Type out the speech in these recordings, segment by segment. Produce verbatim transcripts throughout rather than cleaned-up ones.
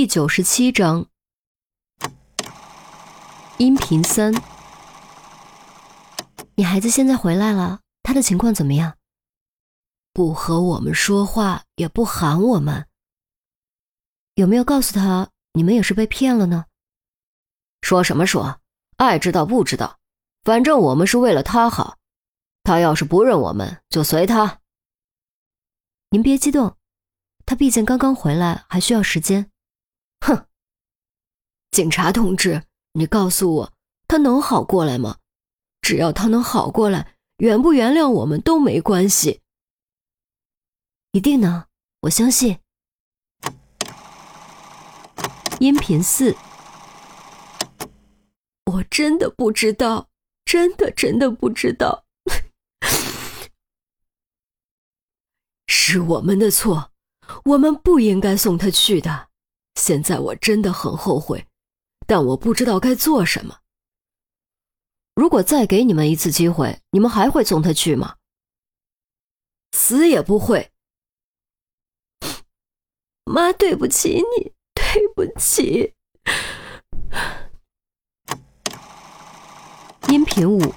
第九十七章音频三。你孩子现在回来了，他的情况怎么样？不和我们说话，也不喊我们。有没有告诉他你们也是被骗了呢？ 说什么说，爱知道不知道，反正我们是为了他好，他要是不认我们就随他。 您别激动，他毕竟刚刚回来，还需要时间。 哼，警察同志，你告诉我，他能好过来吗？只要他能好过来，原不原谅我们都没关系。 一定能，我相信。音频四。 我真的不知道，真的真的不知道。是我们的错，我们不应该送他去的。现在我真的很后悔，但我不知道该做什么。如果再给你们一次机会，你们还会送他去吗？死也不会。妈，对不起你，对不起。 音频五。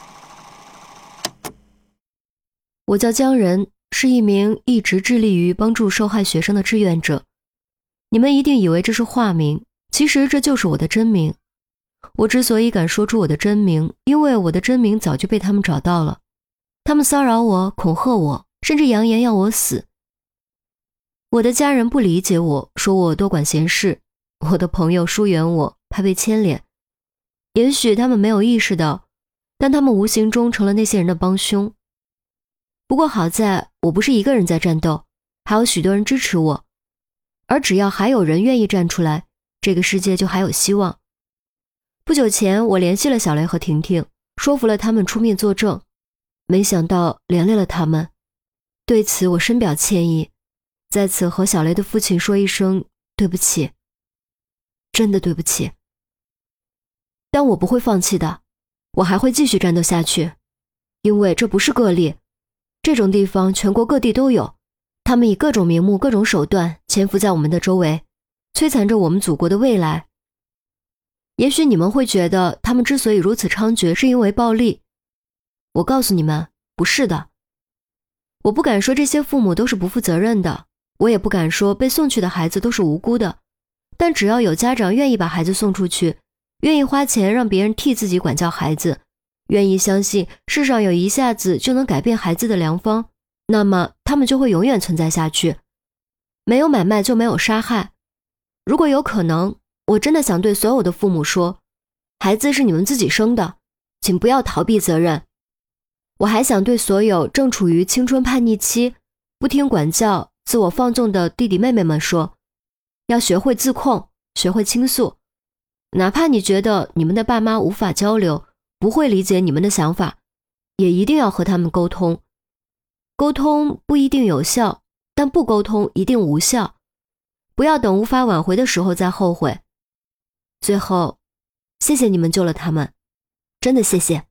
我叫江仁，是一名一直致力于帮助受害学生的志愿者。你们一定以为这是化名，其实这就是我的真名。我之所以敢说出我的真名，因为我的真名早就被他们找到了。他们骚扰我，恐吓我，甚至扬言要我死。我的家人不理解我，说我多管闲事。我的朋友疏远我，怕被牵连。也许他们没有意识到，但他们无形中成了那些人的帮凶。不过好在我不是一个人在战斗，还有许多人支持我。而只要还有人愿意站出来，这个世界就还有希望。不久前我联系了小雷和婷婷，说服了他们出面作证，没想到连累了他们。对此我深表歉意，在此和小雷的父亲说一声对不起，真的对不起。但我不会放弃的，我还会继续战斗下去，因为这不是个例，这种地方全国各地都有，他们以各种名目、各种手段潜伏在我们的周围，摧残着我们祖国的未来。也许你们会觉得他们之所以如此猖獗是因为暴力，我告诉你们，不是的。我不敢说这些父母都是不负责任的，我也不敢说被送去的孩子都是无辜的，但只要有家长愿意把孩子送出去，愿意花钱让别人替自己管教孩子，愿意相信世上有一下子就能改变孩子的良方，那么他们就会永远存在下去。没有买卖就没有杀害。如果有可能，我真的想对所有的父母说，孩子是你们自己生的，请不要逃避责任。我还想对所有正处于青春叛逆期、不听管教、自我放纵的弟弟妹妹们说，要学会自控，学会倾诉。哪怕你觉得你们的爸妈无法交流，不会理解你们的想法，也一定要和他们沟通。沟通不一定有效，但不沟通一定无效。不要等无法挽回的时候再后悔。最后，谢谢你们救了他们，真的谢谢。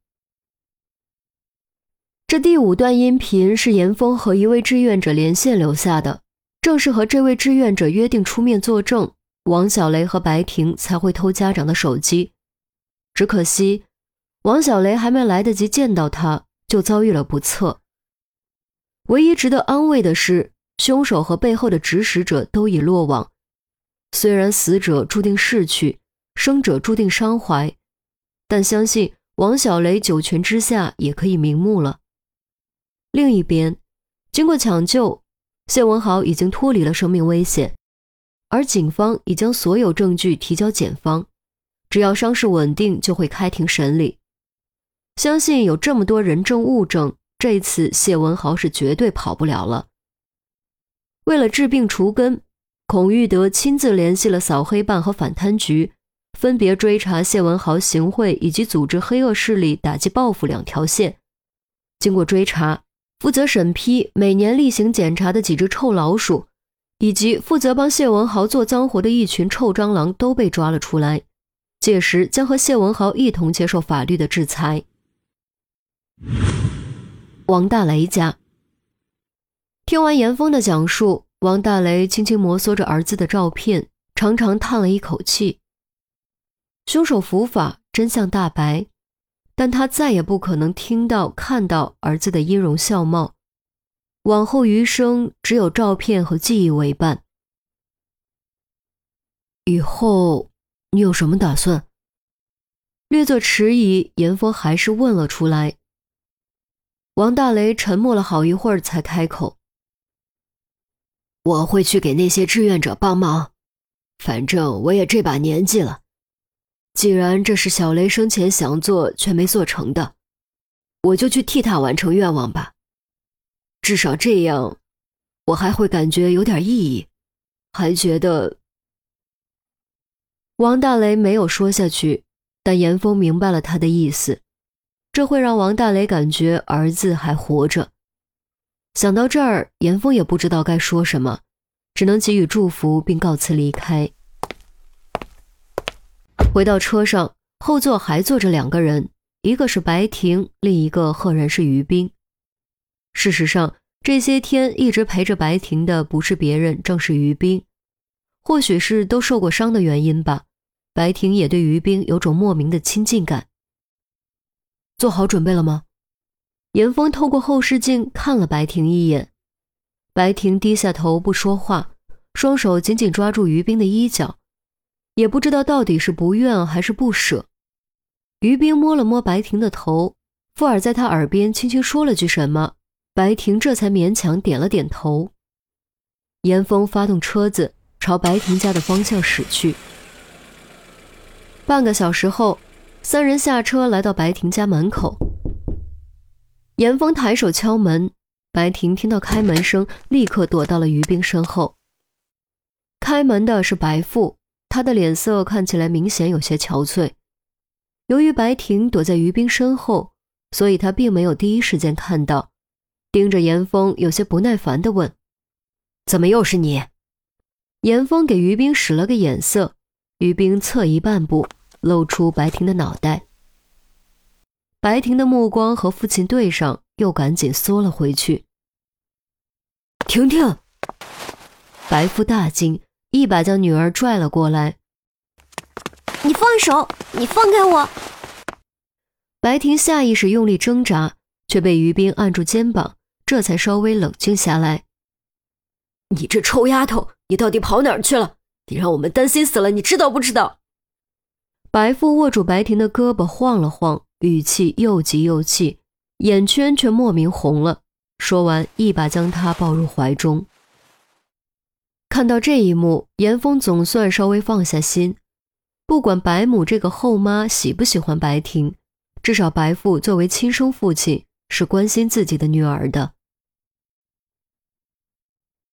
这第五段音频是严峰和一位志愿者连线留下的，正是和这位志愿者约定出面作证，王小雷和白婷才会偷家长的手机。只可惜，王小雷还没来得及见到他，就遭遇了不测。唯一值得安慰的是，凶手和背后的指使者都已落网。虽然死者注定逝去，生者注定伤怀，但相信王小雷九泉之下也可以瞑目了。另一边，经过抢救，谢文豪已经脱离了生命危险，而警方已将所有证据提交检方，只要伤势稳定就会开庭审理。相信有这么多人证物证，这次谢文豪是绝对跑不了了。为了治病除根，孔玉德亲自联系了扫黑办和反贪局，分别追查谢文豪行贿以及组织黑恶势力打击报复两条线。经过追查，负责审批每年例行检查的几只臭老鼠，以及负责帮谢文豪做脏活的一群臭蟑螂都被抓了出来，届时将和谢文豪一同接受法律的制裁。王大雷家。听完严峰的讲述，王大雷轻轻摩挲着儿子的照片， 长长叹了一口气。凶手伏法，真相大白，但他再也不可能听到看到儿子的音容笑貌，往后余生只有照片和记忆为伴。以后你有什么打算？略作迟疑，严峰还是问了出来。王大雷沉默了好一会儿才开口： 我会去给那些志愿者帮忙，反正我也这把年纪了，既然这是小雷生前想做却没做成的，我就去替他完成愿望吧。至少这样，我还会感觉有点意义，还觉得…… 王大雷没有说下去，但严峰明白了他的意思，这会让王大雷感觉儿子还活着。想到这儿，严峰也不知道该说什么，只能给予祝福并告辞离开。回到车上，后座还坐着两个人，一个是白婷，另一个赫然是于冰。事实上，这些天一直陪着白婷的不是别人，正是于冰。或许是都受过伤的原因吧，白婷也对于冰有种莫名的亲近感。做好准备了吗？严峰透过后视镜看了白婷一眼，白婷低下头不说话，双手紧紧抓住于冰的衣角，也不知道到底是不愿还是不舍。于冰摸了摸白婷的头，附耳在她耳边轻轻说了句什么，白婷这才勉强点了点头。严峰发动车子朝白婷家的方向驶去。半个小时后，三人下车来到白婷家门口。严峰抬手敲门，白婷听到开门声，立刻躲到了于冰身后。开门的是白父，他的脸色看起来明显有些憔悴。由于白婷躲在于冰身后，所以他并没有第一时间看到，盯着严峰有些不耐烦地问：怎么又是你？严峰给于冰使了个眼色，于冰侧移半步，露出白婷的脑袋。白婷的目光和父亲对上，又赶紧缩了回去。婷婷！白父大惊，一把将女儿拽了过来。 你放手！你放开我！ 白婷下意识用力挣扎，却被于冰按住肩膀，这才稍微冷静下来。 你这臭丫头，你到底跑哪儿去了？你让我们担心死了，你知道不知道？ 白父握住白婷的胳膊晃了晃，语气又急又气，眼圈却莫名红了。说完，一把将她抱入怀中。看到这一幕，严峰总算稍微放下心。不管白母这个后妈喜不喜欢白婷，至少白父作为亲生父亲是关心自己的女儿的。